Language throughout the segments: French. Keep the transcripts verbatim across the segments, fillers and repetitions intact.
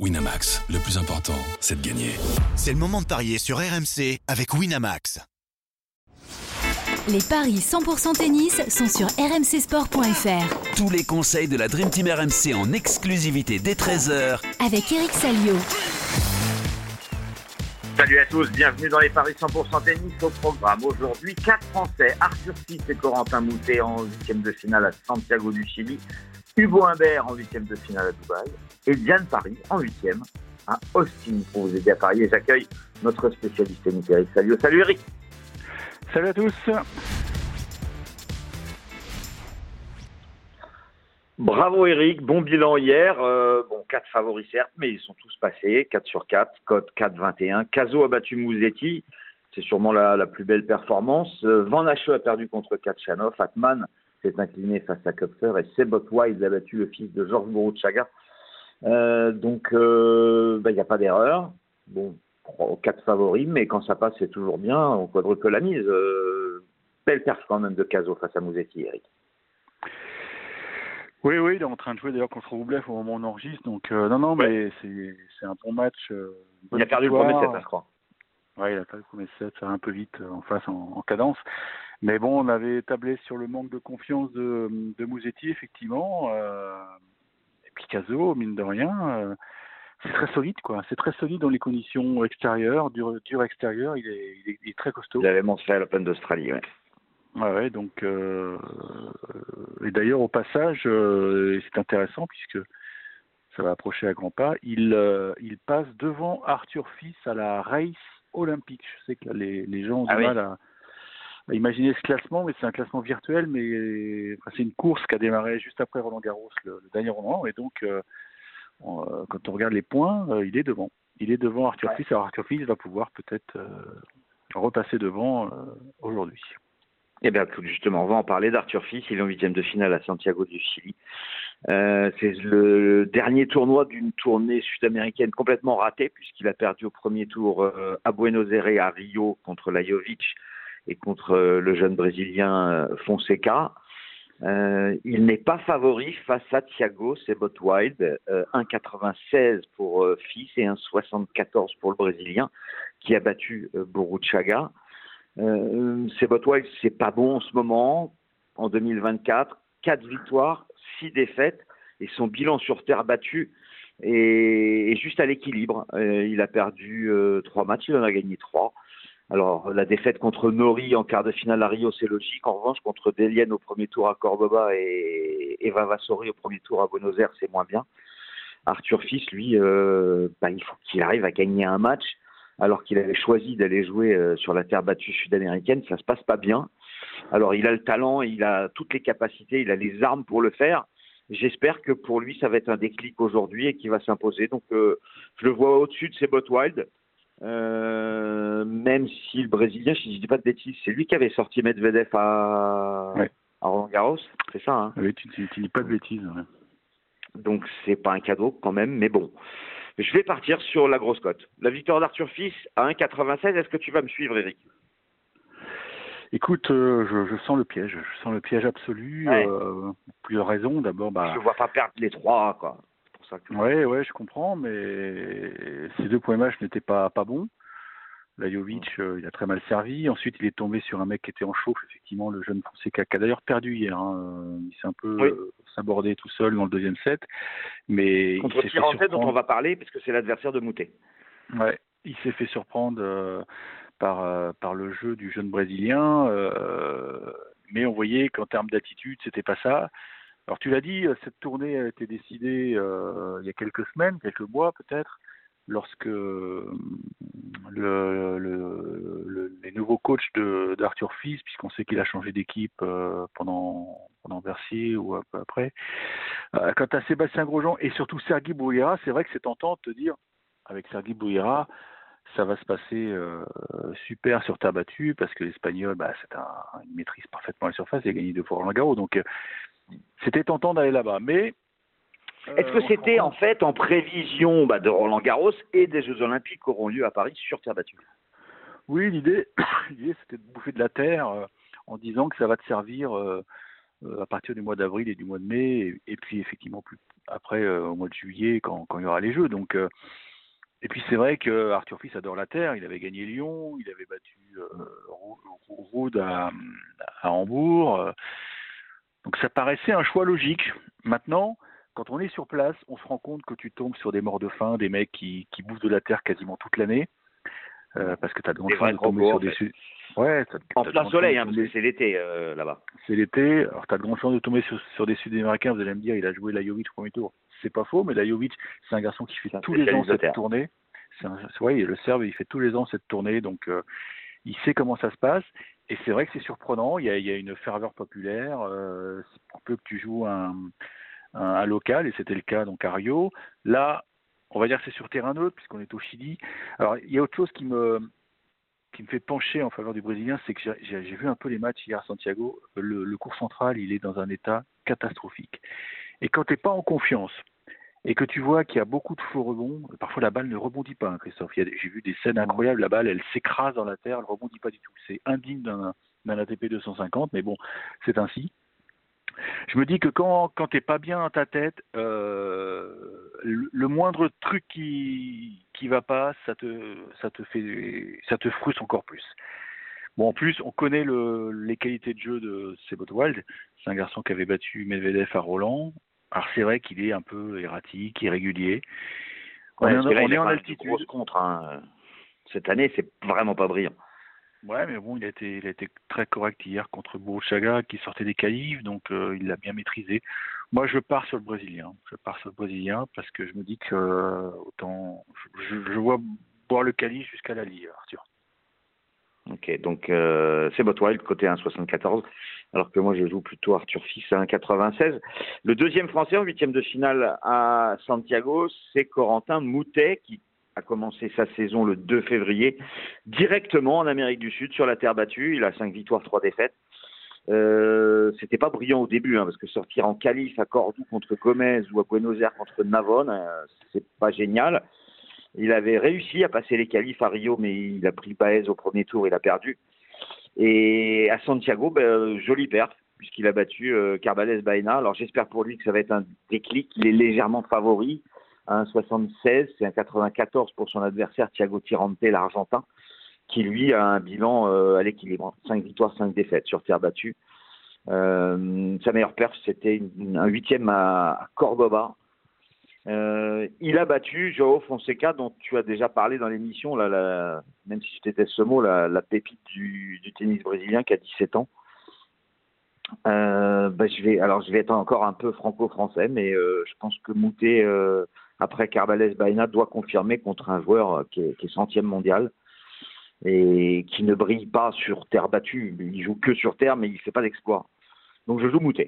Winamax, le plus important, c'est de gagner. C'est le moment de parier sur R M C avec Winamax. Les paris cent pour cent tennis sont sur r m c sport point f r. Tous les conseils de la Dream Team R M C en exclusivité dès treize heures avec Eric Salio. Salut à tous, bienvenue dans les paris cent pour cent tennis. Au programme aujourd'hui, quatre Français, Arthur Fils et Corentin Moutet en huitième de finale à Santiago du Chili, Hugo Humbert en huitième de finale à Dubaï et Diane Paris en huitième à Austin. Pour vous aider à parier, j'accueille notre spécialiste tennis Eric Salio. Salut Eric. Salut à tous. Bravo Eric, bon bilan hier. Euh, bon, quatre favoris certes, mais ils sont tous passés. quatre sur quatre, cote quatre vingt et un. Cazot a battu Musetti, c'est sûrement la, la plus belle performance. Euh, Van Hache a perdu contre Khachanov. Atman s'est incliné face à Köpfer et Sebot Wild a battu le fils de Georges Boruchaga. Euh, donc, il euh, n'y bah, a pas d'erreur. Bon, quatre favoris, mais quand ça passe, c'est toujours bien. On quadruple la mise. Euh, belle perf quand même de Cazot face à Musetti, Eric. Oui, oui, il est en train de jouer d'ailleurs contre Roublev au moment où on enregistre. Donc, euh, non, non, ouais. mais c'est, c'est un bon match. Euh, il a perdu victoire. Le premier set, je crois. Oui, il a perdu le premier set, ça va un peu vite en face, en, en cadence. Mais bon, on avait tablé sur le manque de confiance de, de Musetti, effectivement. Euh, et puis Cazot, mine de rien, euh, c'est très solide, quoi. C'est très solide dans les conditions extérieures, dur, dur extérieur. Il est, il, est, il est très costaud. Il avait montré à l'Open d'Australie, oui. Ouais, ouais, donc euh, et d'ailleurs au passage, euh, c'est intéressant puisque ça va approcher à grands pas. Il euh, il passe devant Arthur Fils à la race olympique. Je sais que là, les les gens ont ah du oui. mal à, à imaginer ce classement, mais c'est un classement virtuel, mais enfin, c'est une course qui a démarré juste après Roland Garros, le, le dernier Roland, et donc euh, on, euh, quand on regarde les points, euh, il est devant. Il est devant Arthur ouais. Fils. Alors Arthur Fils va pouvoir peut-être euh, repasser devant euh, aujourd'hui. Eh bien, justement, on va en parler d'Arthur Fils. Il est en huitième de finale à Santiago du Chili. Euh, c'est le dernier tournoi d'une tournée sud-américaine complètement ratée, puisqu'il a perdu au premier tour euh, à Buenos Aires, à Rio, contre Lajovic et contre euh, le jeune Brésilien euh, Fonseca. Euh, il n'est pas favori face à Thiago Sebot Wild, euh, un virgule quatre-vingt-seize pour euh, Fils et un virgule soixante-quatorze pour le Brésilien, qui a battu euh, Boruchaga. Euh, Sebot Wild, c'est pas bon en ce moment. En deux mille vingt-quatre, quatre victoires, six défaites, et son bilan sur terre battue est, est juste à l'équilibre. Euh, il a perdu euh, trois matchs, il en a gagné trois. Alors, la défaite contre Nori en quart de finale à Rio, c'est logique. En revanche, contre Delienne au premier tour à Cordoba et Eva Vasori au premier tour à Buenos Aires, c'est moins bien. Arthur Fils, lui, euh, bah, il faut qu'il arrive à gagner un match. Alors qu'il avait choisi d'aller jouer euh, sur la terre battue sud-américaine, ça se passe pas bien. Alors il a le talent, il a toutes les capacités, il a les armes pour le faire. J'espère que pour lui, ça va être un déclic aujourd'hui et qu'il va s'imposer. Donc euh, je le vois au-dessus de Sebot Wild, euh, même si le Brésilien, si je dis pas de bêtises, c'est lui qui avait sorti Medvedev à, ouais. à Roland Garros, c'est ça hein. Oui, tu, tu, tu dis pas de bêtises. Ouais. Donc c'est pas un cadeau quand même, mais bon. Je vais partir sur la grosse cote. La victoire d'Arthur Fils à un virgule quatre-vingt-seize, est-ce que tu vas me suivre, Eric ? Écoute, euh, je, je sens le piège. Je sens le piège absolu. Ouais. Euh, plusieurs raisons. D'abord, bah. Je ne vois pas perdre les trois, quoi. C'est pour ça que. Ouais, ouais, je comprends, mais ces deux premiers matchs n'étaient pas pas bons. Lajovic, euh, il a très mal servi. Ensuite, il est tombé sur un mec qui était en chauffe, effectivement, le jeune Fonseca, qui a d'ailleurs perdu hier. Hein. Il s'est un peu oui. euh, sabordé tout seul dans le deuxième set. Mais contre Tirante, dont on va parler, parce que c'est l'adversaire de Moutet. Ouais, il s'est fait surprendre euh, par, euh, par le jeu du jeune Brésilien. Euh, mais on voyait qu'en termes d'attitude, c'était pas ça. Alors, tu l'as dit, cette tournée a été décidée euh, il y a quelques semaines, quelques mois peut-être, lorsque le, le, le, les nouveaux coachs de, d'Arthur Fils, puisqu'on sait qu'il a changé d'équipe euh, pendant, pendant Bercier ou un peu après, euh, quant à Sébastien Grosjean et surtout Sergi Bouguera, c'est vrai que c'est tentant de te dire, avec Sergi Bouguera, ça va se passer euh, super sur terre battue, parce que l'Espagnol, bah, c'est un, il maîtrise parfaitement la surface, il a gagné deux fois Roland Garros, donc euh, c'était tentant d'aller là-bas, mais Est-ce que c'était en fait en prévision bah, de Roland Garros et des Jeux Olympiques qui auront lieu à Paris sur terre battue ? Oui, l'idée, l'idée c'était de bouffer de la terre euh, en disant que ça va te servir euh, euh, à partir du mois d'avril et du mois de mai, et, et puis effectivement plus après euh, au mois de juillet quand, quand il y aura les Jeux. Donc, euh, et puis c'est vrai que Arthur Fils adore la terre. Il avait gagné Lyon, il avait battu euh, Rude à, à Hambourg. Euh, donc ça paraissait un choix logique. Maintenant, quand on est sur place, on se rend compte que tu tombes sur des morts de faim, des mecs qui, qui bouffent de la terre quasiment toute l'année. Euh, parce que tu as de grandes chances de tomber sur des sud. Ouais, en plein soleil, hein, parce que c'est l'été euh, là-bas. C'est l'été, alors tu as de grandes chances de tomber sur, sur des Sud-Américains. Vous allez me dire, il a joué Lajovic au premier tour. C'est pas faux, mais Lajovic, c'est un garçon qui fait tous les ans cette tournée. C'est un, c'est, ouais, le Serbe, il fait tous les ans cette tournée, donc euh, il sait comment ça se passe. Et c'est vrai que c'est surprenant, il y a, il y a une ferveur populaire. Euh, c'est pour peu que tu joues un, un, un local, et c'était le cas donc à Rio. Là, on va dire que c'est sur terrain neutre, puisqu'on est au Chili. Alors, il y a autre chose qui me, qui me fait pencher en faveur du Brésilien, c'est que j'ai, j'ai, j'ai vu un peu les matchs hier à Santiago. Le, le court central, il est dans un état catastrophique. Et quand tu n'es pas en confiance, et que tu vois qu'il y a beaucoup de faux rebonds, parfois la balle ne rebondit pas, hein, Christophe. Il y a des, j'ai vu des scènes incroyables, la balle, elle s'écrase dans la terre, elle ne rebondit pas du tout. C'est indigne d'un, d'un A T P deux cent cinquante, mais bon, c'est ainsi. Je me dis que quand, quand tu n'es pas bien dans ta tête, euh, le, le moindre truc qui qui va pas, ça te, ça te fait, ça te frustre encore plus. Bon, en plus, on connaît le, les qualités de jeu de Sebot Wild. C'est un garçon qui avait battu Medvedev à Roland. Alors c'est vrai qu'il est un peu erratique, irrégulier. On ouais, est, en, là, on est en altitude. Grosse contre, hein. Cette année, c'est vraiment pas brillant. Ouais, mais bon, il a été, il a été très correct hier contre Burruchaga qui sortait des qualifs, donc euh, il l'a bien maîtrisé. Moi, je pars sur le Brésilien. Je pars sur le Brésilien parce que je me dis que euh, autant, je, je vois boire le qualif jusqu'à la Ligue, Arthur. Ok, donc euh, c'est Sebot Wild côté un virgule soixante-quatorze, alors que moi je joue plutôt Arthur Fils à un virgule quatre-vingt-seize. Le deuxième Français en huitième de finale à Santiago, c'est Corentin Moutet qui a commencé sa saison le deux février directement en Amérique du Sud sur la terre battue. Il a cinq victoires, trois défaites. Euh, c'était pas brillant au début, hein, parce que sortir en qualif à Cordoue contre Gomez ou à Buenos Aires contre Navone, euh, c'est pas génial. Il avait réussi à passer les qualifs à Rio, mais il a pris Baez au premier tour, il a perdu. Et à Santiago, ben, jolie perf, puisqu'il a battu euh, Carballés Baena. Alors j'espère pour lui que ça va être un déclic. Il est légèrement favori à un virgule soixante-seize, c'est un virgule quatre-vingt-quatorze pour son adversaire Thiago Tirante, l'Argentin, qui lui a un bilan euh, à l'équilibre. cinq victoires, cinq défaites sur terre battue. Euh, sa meilleure perf, c'était une, un huitième à, à Cordoba. Euh, il a battu Joao Fonseca, dont tu as déjà parlé dans l'émission, là, la, même si je déteste ce mot, la, la pépite du, du tennis brésilien qui a dix-sept ans. Euh, bah, je vais, alors je vais être encore un peu franco-français, mais euh, je pense que Moutet, euh, après Carballés Baena, doit confirmer contre un joueur qui est, qui est centième mondial et qui ne brille pas sur terre battue. Il joue que sur terre, mais il ne fait pas d'exploit. Donc je joue Moutet.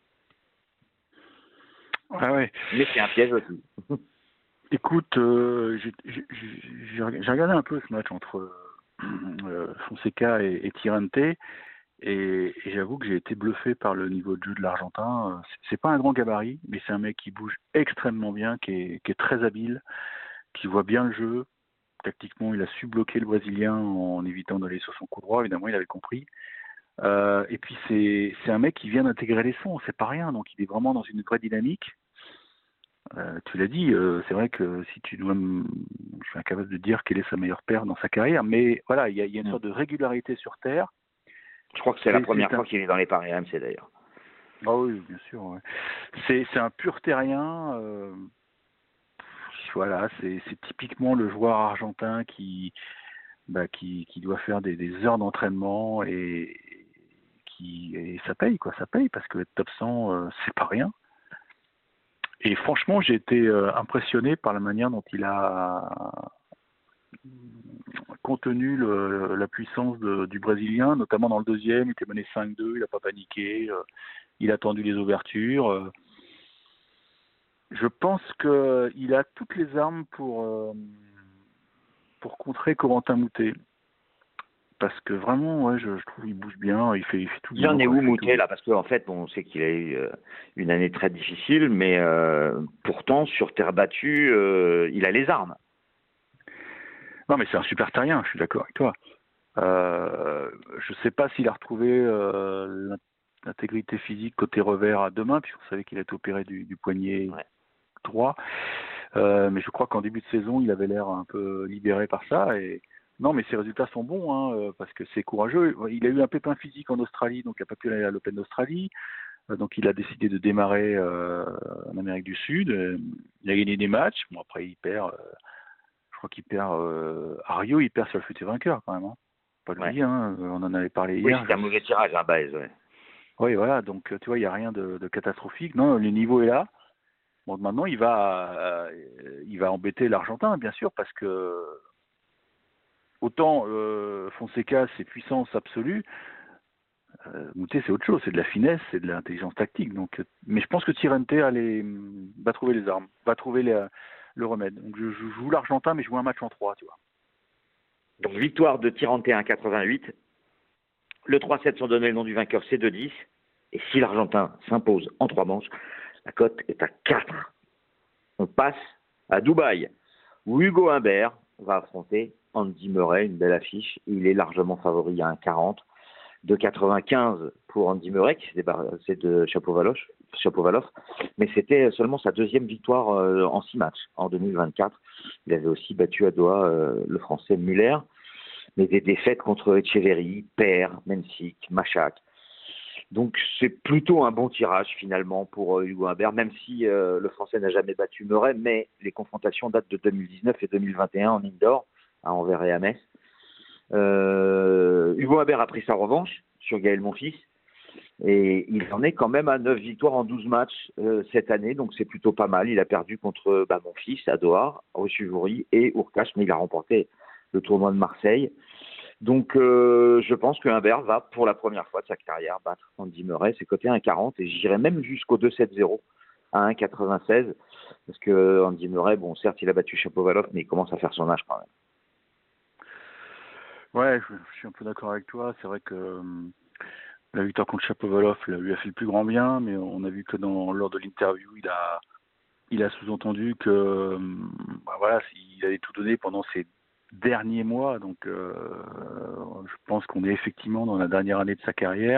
Ah ouais. Mais c'est un piège aussi. Écoute, euh, j'ai, j'ai, j'ai regardé un peu ce match entre euh, Fonseca et, et Tirante, et, et j'avoue que j'ai été bluffé par le niveau de jeu de l'Argentin. C'est, c'est pas un grand gabarit, mais c'est un mec qui bouge extrêmement bien, qui est, qui est très habile, qui voit bien le jeu. Tactiquement, il a su bloquer le Brésilien en évitant d'aller sur son coup droit. Évidemment, il avait compris. Euh, et puis c'est, c'est un mec qui vient d'intégrer les sons, c'est pas rien, donc il est vraiment dans une vraie dynamique. Euh, tu l'as dit, euh, c'est vrai que si tu dois, me... je suis incapable de dire quelle est sa meilleure paire dans sa carrière, mais voilà, il y a, il y a une sorte de régularité sur terre. Je crois que c'est, c'est la première c'est fois un... qu'il est dans les paris R M C d'ailleurs. Ah oui, bien sûr. Ouais. C'est, c'est un pur terrien. Euh... Voilà, c'est, c'est typiquement le joueur argentin qui, bah, qui, qui doit faire des, des heures d'entraînement et Qui, et ça paye, quoi, ça paye, parce que être top cent, euh, c'est pas rien. Et franchement, j'ai été euh, impressionné par la manière dont il a contenu le, la puissance de, du Brésilien, notamment dans le deuxième, il était mené cinq deux, il n'a pas paniqué, euh, il a tendu les ouvertures. Euh. Je pense qu'il a toutes les armes pour, euh, pour contrer Corentin Moutet. Parce que vraiment, ouais, je, je trouve qu'il bouge bien, il fait, il fait tout bien. Il en est où Moutet là? Parce qu'en fait, bon, on sait qu'il a eu euh, une année très difficile, mais euh, pourtant, sur terre battue, euh, il a les armes. Non, mais c'est un super terrien, je suis d'accord avec toi. Euh, je ne sais pas s'il a retrouvé euh, d'intégrité physique côté revers à deux mains, puisqu'on savait qu'il a été opéré du, du poignet ouais. droit. Euh, mais je crois qu'en début de saison, il avait l'air un peu libéré par ça. Et non, mais ses résultats sont bons, hein, parce que c'est courageux. Il a eu un pépin physique en Australie, donc il n'a pas pu aller à l'Open d'Australie. Donc il a décidé de démarrer euh, en Amérique du Sud. Il a gagné des matchs. Bon, après, il perd. Euh, je crois qu'il perd euh, à Rio, il perd sur le futur vainqueur quand même. Hein. Pas de ouais. dire, hein, on en avait parlé hier. Oui, c'est un mauvais tirage, un hein, Baez, ouais. Oui, voilà. Donc tu vois, il n'y a rien de, de catastrophique. Non, le niveau est là. Bon, maintenant, il va, euh, il va embêter l'Argentin, bien sûr, parce que autant euh, Fonseca, c'est puissance absolue. Euh, Moutet, c'est autre chose, c'est de la finesse, c'est de l'intelligence tactique. Donc, mais je pense que Tirante a les, va trouver les armes, va trouver les, le remède. Donc je, je joue l'Argentin, mais je joue un match en trois, tu vois. Donc victoire de Tirante un quatre-vingt-huit. Le trois sept sans donner le nom du vainqueur, c'est deux dix. Et si l'Argentin s'impose en trois manches, la cote est à quatre. On passe à Dubaï, où Hugo Humbert va affronter Andy Murray, une belle affiche. Il est largement favori à un quarante. deux quatre-vingt-quinze pour Andy Murray, qui s'est débarrassé de Shapovalov, Shapovalov, mais c'était seulement sa deuxième victoire euh, en six matchs en deux mille vingt-quatre. Il avait aussi battu à Doha euh, le Français Muller, mais des défaites contre Etcheverry, Per, Mensik, Machak. Donc c'est plutôt un bon tirage finalement pour euh, Hugo Humbert, même si euh, le Français n'a jamais battu Murray, mais les confrontations datent de deux mille dix-neuf et deux mille vingt et un en indoor, à Anvers et à Metz. Euh, Hugo Humbert a pris sa revanche sur Gaël Monfils et il en est quand même à neuf victoires en douze matchs euh, cette année, donc c'est plutôt pas mal. Il a perdu contre bah, Monfils à Doha, Rochuvori et Urkash, mais il a remporté le tournoi de Marseille. Donc euh, je pense que Humbert va pour la première fois de sa carrière battre Andy Murray. C'est coté à un virgule quarante et j'irai même jusqu'au deux sept zéro à un virgule quatre-vingt-seize parce que Andy Murray, bon certes il a battu Shapovalov, mais il commence à faire son âge quand même. Ouais, je, je suis un peu d'accord avec toi. C'est vrai que euh, la victoire contre Shapovalov lui a fait le plus grand bien, mais on a vu que dans, lors de l'interview, il a, il a sous-entendu que euh, bah voilà, il allait tout donner pendant ces derniers mois. Donc, euh, je pense qu'on est effectivement dans la dernière année de sa carrière.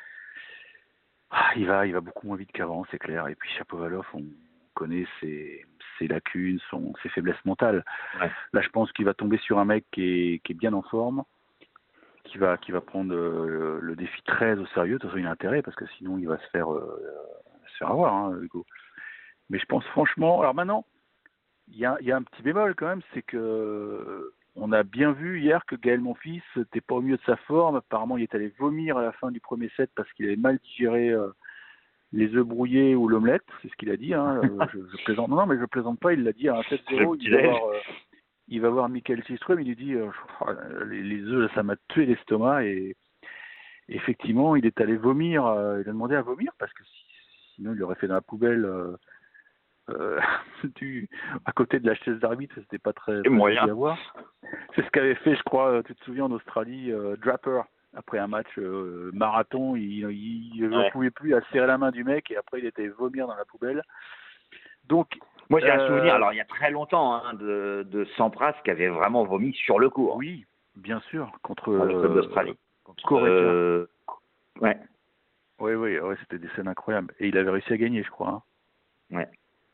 Ah, il va, il va beaucoup moins vite qu'avant, c'est clair. Et puis Shapovalov, on connaît ses, ses lacunes, son, ses faiblesses mentales. Ouais. Là, je pense qu'il va tomber sur un mec qui est, qui est bien en forme, qui va, qui va prendre euh, le défi très au sérieux. De toute façon, il a intérêt parce que sinon, il va se faire, euh, se faire avoir, hein, Hugo. Mais je pense franchement. Alors maintenant, il y a, y a un petit bémol quand même, c'est que on a bien vu hier que Gaël Monfils n'était pas au mieux de sa forme. Apparemment, il est allé vomir à la fin du premier set parce qu'il avait mal digéré euh, les œufs brouillés ou l'omelette, c'est ce qu'il a dit. Hein. je, je plaisante. Non, mais je plaisante pas. Il l'a dit à un sept zéro. Il va voir, euh, il va voir Michael Systrom. Il lui dit euh, les, les œufs, ça m'a tué l'estomac. Et effectivement, il est allé vomir. Euh, il a demandé à vomir parce que sinon, il aurait fait dans la poubelle. Euh, Euh, du, à côté de la chaise d'arbitre, c'était pas très, très moyen à voir. C'est ce qu'avait fait, je crois, tu te souviens, en Australie, euh, Draper, après un match euh, marathon, il ne ouais. pouvait plus à serrer la main du mec et après il était vomir dans la poubelle. Donc, moi j'ai euh, un souvenir, alors il y a très longtemps, hein, de, de Sampras qui avait vraiment vomi sur le court. Oui, bien sûr, contre ah, le club d'Australie. Contre euh, ouais. Oui, oui, ouais, c'était des scènes incroyables. Et il avait réussi à gagner, je crois. Hein. Ouais.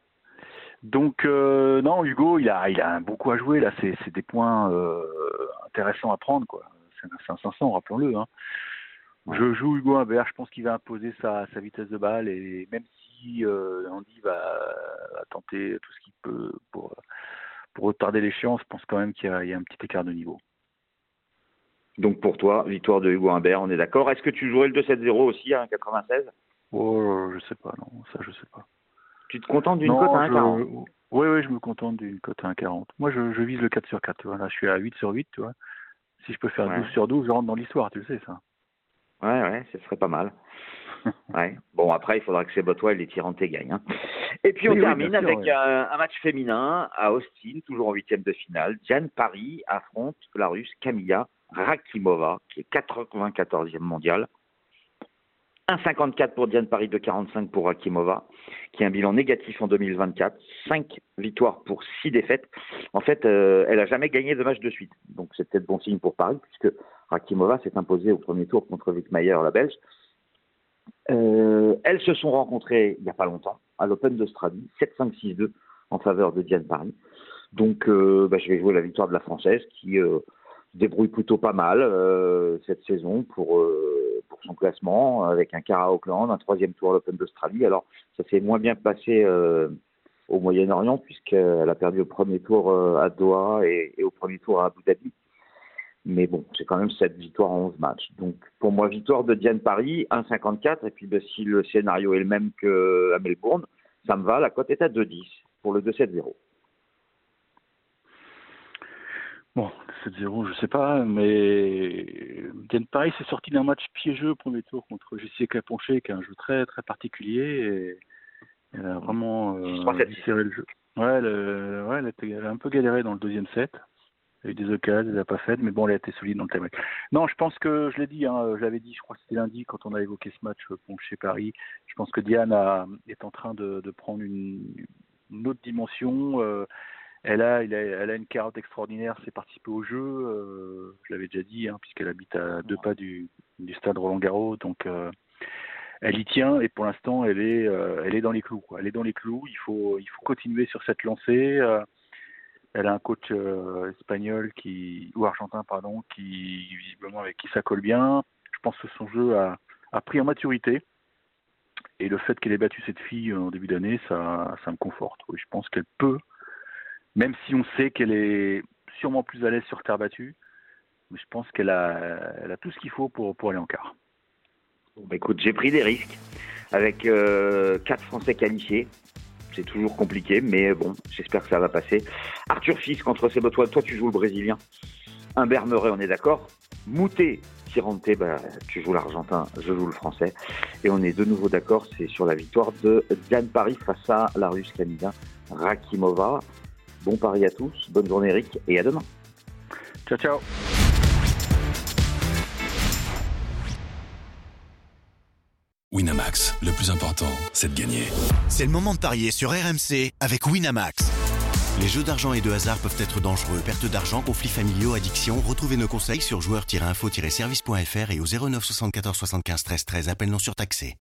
Donc euh, non, Hugo, il a, il a beaucoup à jouer là. C'est, c'est des points euh, intéressants à prendre, quoi. C'est, c'est un cinq cents, rappelons-le. Hein. Ouais. Je joue Hugo Humbert. Je pense qu'il va imposer sa, sa vitesse de balle et même si euh, Andy va, va tenter tout ce qu'il peut pour pour retarder l'échéance, je pense quand même qu'il y a, il y a un petit écart de niveau. Donc pour toi, victoire de Hugo Humbert, on est d'accord. Est-ce que tu jouerais le deux sept zéro aussi à un quatre-vingt-seize ? Oh, je sais pas, non, ça je sais pas. Tu te contentes d'une cote à un quarante ? Oui, oui, je me contente d'une cote à un quarante. Moi, je, je vise le quatre sur quatre. Tu vois. Là, je suis à huit sur huit. Tu vois. Si je peux faire ouais. douze sur douze, je rentre dans l'histoire, tu le sais, ça. Ouais, ouais, ce serait pas mal. ouais. Bon, après, il faudra que ces Botois et les Tirante gagnent. Hein. Et puis, on oui, termine oui, sûr, avec ouais. un, un match féminin à Austin, toujours en huitième de finale. Diane Paris affronte la Russe Kamila Rakimova, qui est quatre-vingt-quatorzième mondiale. un virgule cinquante-quatre pour Diane Paris, deux virgule quarante-cinq pour Rakimova, qui a un bilan négatif en deux mille vingt-quatre, cinq victoires pour six défaites. En fait, euh, elle n'a jamais gagné de match de suite. Donc c'est peut-être bon signe pour Paris, puisque Rakimova s'est imposée au premier tour contre Wickmayer, la Belge. Euh, elles se sont rencontrées il n'y a pas longtemps à l'Open d'Australie, sept cinq six deux en faveur de Diane Paris. Donc euh, bah, je vais jouer la victoire de la Française qui euh, se débrouille plutôt pas mal euh, cette saison pour, euh, pour son classement, avec un quart à Auckland, un troisième tour à l'Open d'Australie. Alors ça s'est moins bien passé euh, au Moyen-Orient puisqu'elle a perdu au premier tour euh, à Doha et, et au premier tour à Abu Dhabi. Mais bon, c'est quand même sept victoires en onze matchs. Donc, pour moi, victoire de Diane Paris, un virgule cinquante-quatre. Et puis, ben, si le scénario est le même qu'à Melbourne, ça me va. La cote est à deux virgule dix pour le deux sept zéro. Bon, deux sept zéro, je sais pas, mais Diane Paris s'est sorti d'un match piégeux au premier tour contre Jessica Ponché, qui est un jeu très, très particulier. Et elle a vraiment euh, serré le jeu. Ouais, elle, ouais elle, a, elle a un peu galéré dans le deuxième set. Elle a eu des occasions, elle les a pas faites, mais bon, elle a été solide dans le time. Non, je pense que, je l'ai dit, hein, je l'avais dit, je crois que c'était lundi quand on a évoqué ce match chez Paris. Je pense que Diane a, est en train de, de prendre une, une autre dimension. Euh, elle, a, elle, a, elle a une carotte extraordinaire, c'est participer au jeu. Euh, je l'avais déjà dit, hein, puisqu'elle habite à deux pas du, du stade Roland-Garros. Donc, euh, elle y tient et pour l'instant, elle est, euh, elle est dans les clous. Quoi. Elle est dans les clous. Il faut, il faut continuer sur cette lancée. Euh, Elle a un coach euh, espagnol qui ou argentin pardon qui visiblement avec qui ça colle bien. Je pense que son jeu a, a pris en maturité et le fait qu'elle ait battu cette fille en début d'année, ça, ça me conforte. Oui, je pense qu'elle peut, même si on sait qu'elle est sûrement plus à l'aise sur terre battue, mais je pense qu'elle a, elle a tout ce qu'il faut pour, pour aller en quart. Bon, bah, écoute, j'ai pris des risques avec euh, quatre Français qualifiés. C'est toujours compliqué, mais bon, j'espère que ça va passer. Arthur Fils contre Sébastien, toi tu joues le Brésilien. Humbert Murray, on est d'accord. Moutet, Tirante, bah, tu joues l'Argentin, je joue le Français. Et on est de nouveau d'accord, c'est sur la victoire de Diane Paris face à la Russe Kamila Rakimova. Bon pari à tous, bonne journée Eric, et à demain. Ciao, ciao. Winamax, le plus important, c'est de gagner. C'est le moment de parier sur R M C avec Winamax. Les jeux d'argent et de hasard peuvent être dangereux. Perte d'argent, conflits familiaux, addiction. Retrouvez nos conseils sur joueurs tiret info tiret service point f r et au zéro neuf soixante-quatorze soixante-quinze treize treize. Appel non surtaxé.